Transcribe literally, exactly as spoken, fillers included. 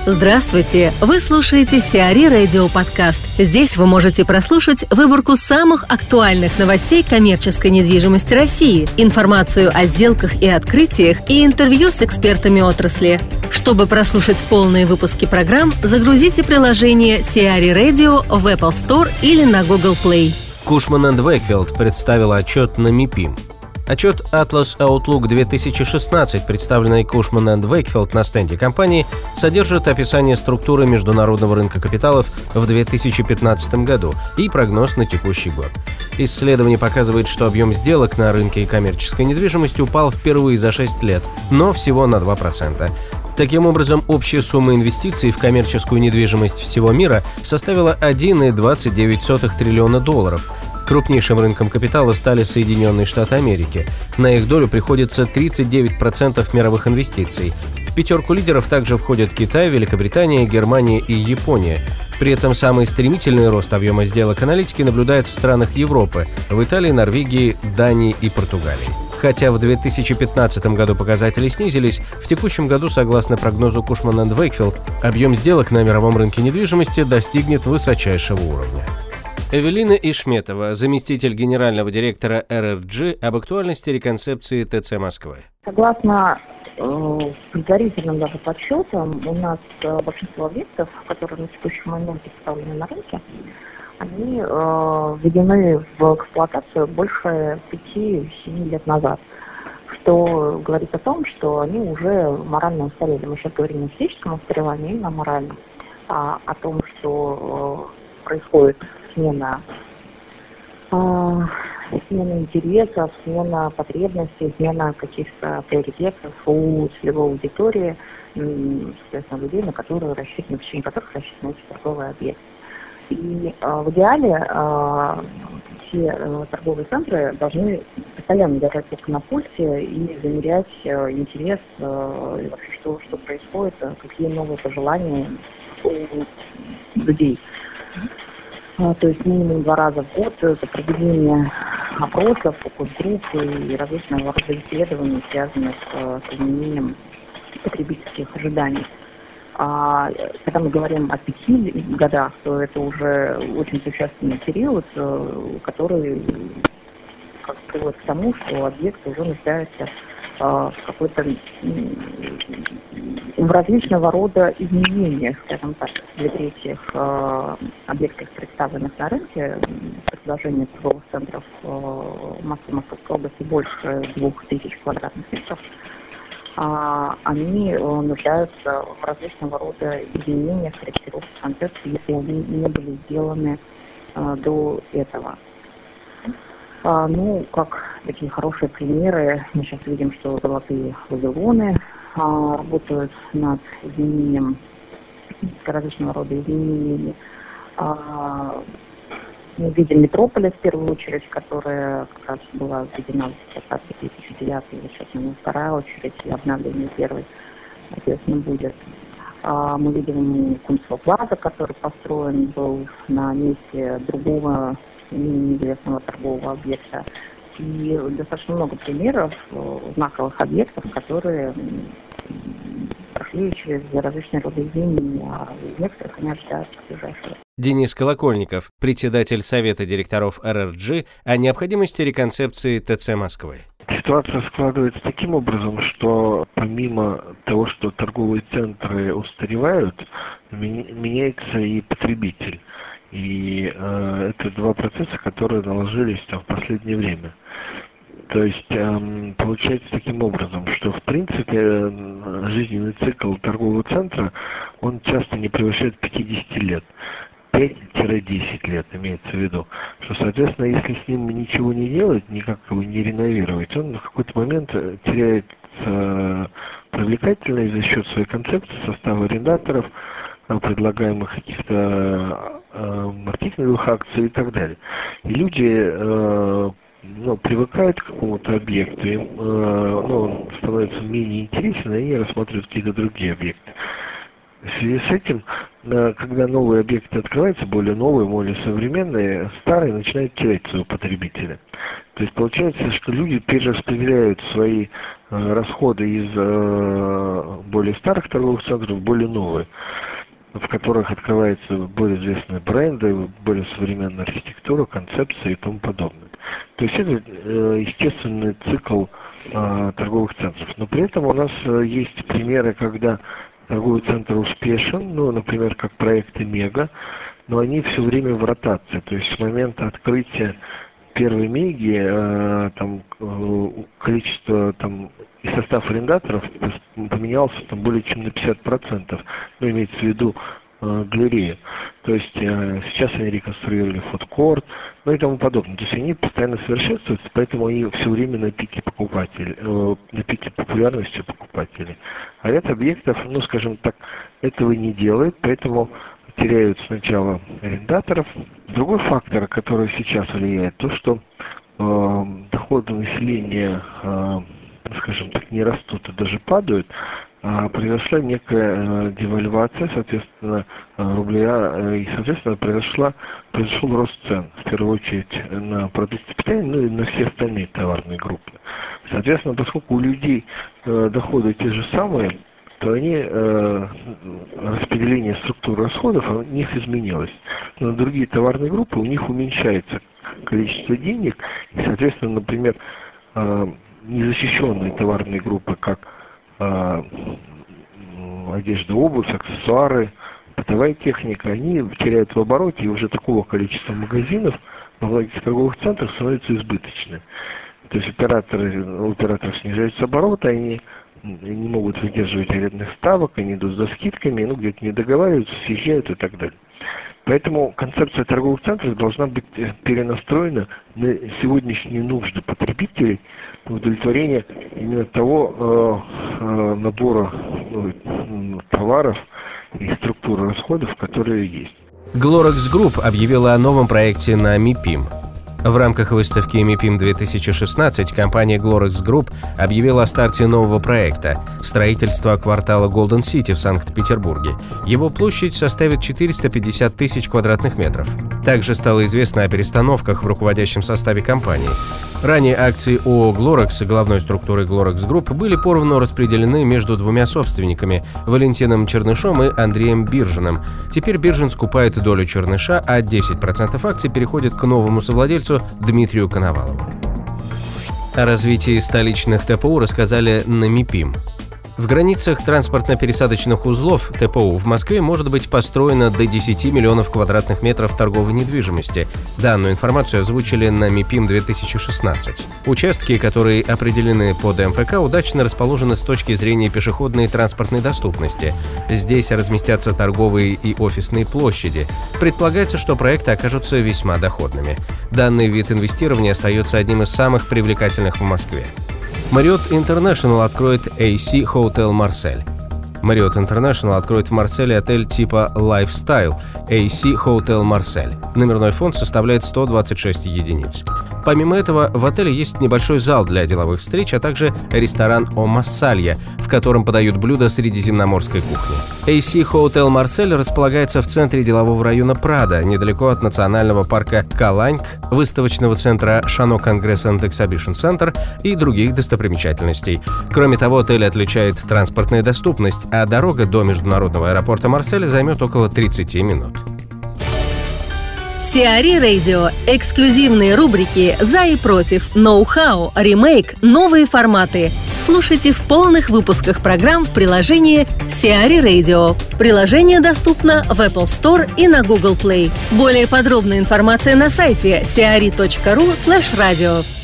Здравствуйте! Вы слушаете Сиари Радио Подкаст. Здесь вы можете прослушать выборку самых актуальных новостей коммерческой недвижимости России, информацию о сделках и открытиях и интервью с экспертами отрасли. Чтобы прослушать полные выпуски программ, загрузите приложение Сиари Radio в Apple Store или на Google Play. Cushman энд Wakefield представила отчет на МИПИМ. Отчет Atlas Outlook две тысячи шестнадцать, представленный Cushman энд Wakefield на стенде компании, содержит описание структуры международного рынка капиталов в две тысячи пятнадцатом году и прогноз на текущий год. Исследование показывает, что объем сделок на рынке коммерческой недвижимости упал впервые за шесть лет, но всего на два процента. Таким образом, общая сумма инвестиций в коммерческую недвижимость всего мира составила один целых двадцать девять сотых триллиона долларов. Крупнейшим рынком капитала стали Соединенные Штаты Америки. На их долю приходится тридцать девять процентов мировых инвестиций. В пятерку лидеров также входят Китай, Великобритания, Германия и Япония. При этом самый стремительный рост объема сделок аналитики наблюдают в странах Европы – в Италии, Норвегии, Дании и Португалии. Хотя в две тысячи пятнадцатом году показатели снизились, в текущем году, согласно прогнозу Cushman энд Wakefield, объем сделок на мировом рынке недвижимости достигнет высочайшего уровня. Эвелина Ишметова, заместитель генерального директора эр эр джи, об актуальности реконцепции ТЦ Москвы. Согласно э, предварительным даже подсчетам, у нас э, большинство объектов, которые на текущий момент представлены на рынке, они э, введены в эксплуатацию больше пяти-семи лет назад, что говорит о том, что они уже морально устарели. Мы сейчас говорим о физическом устаревании, именно морально, а о том, что э, происходит смена, э, смена интересов, смена потребностей, смена каких-то приоритетов у целевой аудитории, соответственно, людей, на которые рассчитаны, в течение которых рассчитаны эти торговые объекты. И э, в идеале э, все э, торговые центры должны постоянно держать руку на пульсе и замерять э, интерес, э, и вообще что, что происходит, э, какие новые пожелания у людей. А, то есть минимум два раза в год это проведение опросов, фокус-групп и различного рода исследований, связанных с, с изменением потребительских ожиданий. А когда мы говорим о пяти годах, то это уже очень существенный период, который как, приводит к тому, что объект уже нуждается в какой-то в различного рода изменениях, скажем так. Для третьих объектов, представленных на рынке, предложение торговых центров в Москве, Московской области больше двух тысяч квадратных метров. Они нуждаются в различного рода изменениях, корректировках концепции, если они не были сделаны а, до этого. А, ну, как такие хорошие примеры, мы сейчас видим, что золотые вавилоны а, работают над изменением, различного рода изменениями. А, Мы видим Метрополис, в первую очередь, которая как раз была введена в две тысячи девятом, сейчас у нас вторая очередь, и обновление первой, соответственно, будет. Мы видим Кунцево Плаза, который построен был на месте другого неизвестного торгового объекта. И достаточно много примеров знаковых объектов, которые прошли через различные роды изменений, а некоторых они ожидаются в ближайшее. Денис Колокольников, председатель Совета директоров эр эр джи, о необходимости реконцепции ТЦ Москвы. Ситуация складывается таким образом, что помимо того, что торговые центры устаревают, меняется и потребитель. И э, это два процесса, которые наложились там в последнее время. То есть э, получается таким образом, что в принципе э, жизненный цикл торгового центра, он часто не превышает пятьдесят лет. пять-десять лет имеется в виду, что, соответственно, если с ним ничего не делать, никак его не реновировать, он в какой-то момент теряет э, привлекательность за счет своей концепции, состава арендаторов, предлагаемых каких-то э, маркетинговых акций и так далее. И люди э, ну, привыкают к какому-то объекту, им, э, ну, он становится менее интересен, и они рассматривают какие-то другие объекты. В связи с этим когда новые объекты открываются, более новые, более современные, старые начинают терять своего потребителя. То есть получается, что люди перераспределяют свои э, расходы из э, более старых торговых центров в более новые, в которых открываются более известные бренды, более современная архитектура, концепции и тому подобное. То есть это э, естественный цикл э, торговых центров. Но при этом у нас э, есть примеры, когда торговый центр успешен, ну, например, как проекты Мега, но они все время в ротации. То есть с момента открытия первой Меги э, там э, количество там и состав арендаторов поменялся там более чем на пятьдесят процентов. Ну, имеется в виду э, галереи. То есть э, сейчас они реконструировали фудкорт, ну и тому подобное. То есть они постоянно совершенствуются, поэтому они все время на пике покупателей, э, на пике популярности покупателей. А ряд объектов, ну, скажем так, этого не делает, поэтому теряют сначала арендаторов. Другой фактор, который сейчас влияет, то, что э, доходы населения, э, скажем так, не растут, а даже падают, а произошла некая э, девальвация, соответственно, э, рубля, э, и, соответственно, произошла, произошел рост цен, в первую очередь, на продукты питания, ну и на все остальные товарные группы. Соответственно, поскольку у людей э, доходы те же самые, то они, э, распределение структуры расходов у них изменилось. Но другие товарные группы, у них уменьшается количество денег, и, соответственно, например, э, незащищенные товарные группы, как э, одежда, обувь, аксессуары, бытовая техника, они теряют в обороте, и уже такого количества магазинов во многих торговых центрах становится избыточным. То есть операторы, у операторов снижаются обороты, они не могут выдерживать арендных ставок, они идут за скидками, ну, где-то не договариваются, съезжают и так далее. Поэтому концепция торговых центров должна быть перенастроена на сегодняшние нужды потребителей, на удовлетворение именно того э, э, набора ну, товаров и структуры расходов, которые есть. Glorex Group объявила о новом проекте на МИПИМ. В рамках выставки МИПИМ две тысячи шестнадцать компания Glorex Group объявила о старте нового проекта – строительства квартала Golden City в Санкт-Петербурге. Его площадь составит четыреста пятьдесят тысяч квадратных метров. Также стало известно о перестановках в руководящем составе компании. Ранее акции ООО Glorex, головной структуры Glorex Group, были поровну распределены между двумя собственниками – Валентином Чернышом и Андреем Биржиным. Теперь Биржин скупает долю Черныша, а десять процентов акций переходит к новому совладельцу Дмитрию Коновалову. О развитии столичных ТПУ рассказали на МИПИМ. В границах транспортно-пересадочных узлов ТПУ в Москве может быть построено до десяти миллионов квадратных метров торговой недвижимости. Данную информацию озвучили на МИПИМ две тысячи шестнадцать. Участки, которые определены под МФК, удачно расположены с точки зрения пешеходной и транспортной доступности. Здесь разместятся торговые и офисные площади. Предполагается, что проекты окажутся весьма доходными. Данный вид инвестирования остается одним из самых привлекательных в Москве. Marriott International откроет эй си Hotel Marseille. Marriott International откроет в Марселе отель типа Lifestyle эй си Hotel Marseille. Номерной фонд составляет сто двадцать шесть единиц. Помимо этого, в отеле есть небольшой зал для деловых встреч, а также ресторан «О Массалья», в котором подают блюда средиземноморской кухни. эй си Hotel Marseille располагается в центре делового района Прадо, недалеко от национального парка Каланьк, выставочного центра Шано Конгресс энд Эксибишн Центр и других достопримечательностей. Кроме того, отель отличает транспортная доступность, а дорога до международного аэропорта Марселя займет около тридцати минут. Сиари Радио. Эксклюзивные рубрики «За и против», «Ноу-хау», «Ремейк», «Новые форматы». Слушайте в полных выпусках программ в приложении Сиари Radio. Приложение доступно в Apple Store и на Google Play. Более подробная информация на сайте сиари точка ру слэш радио.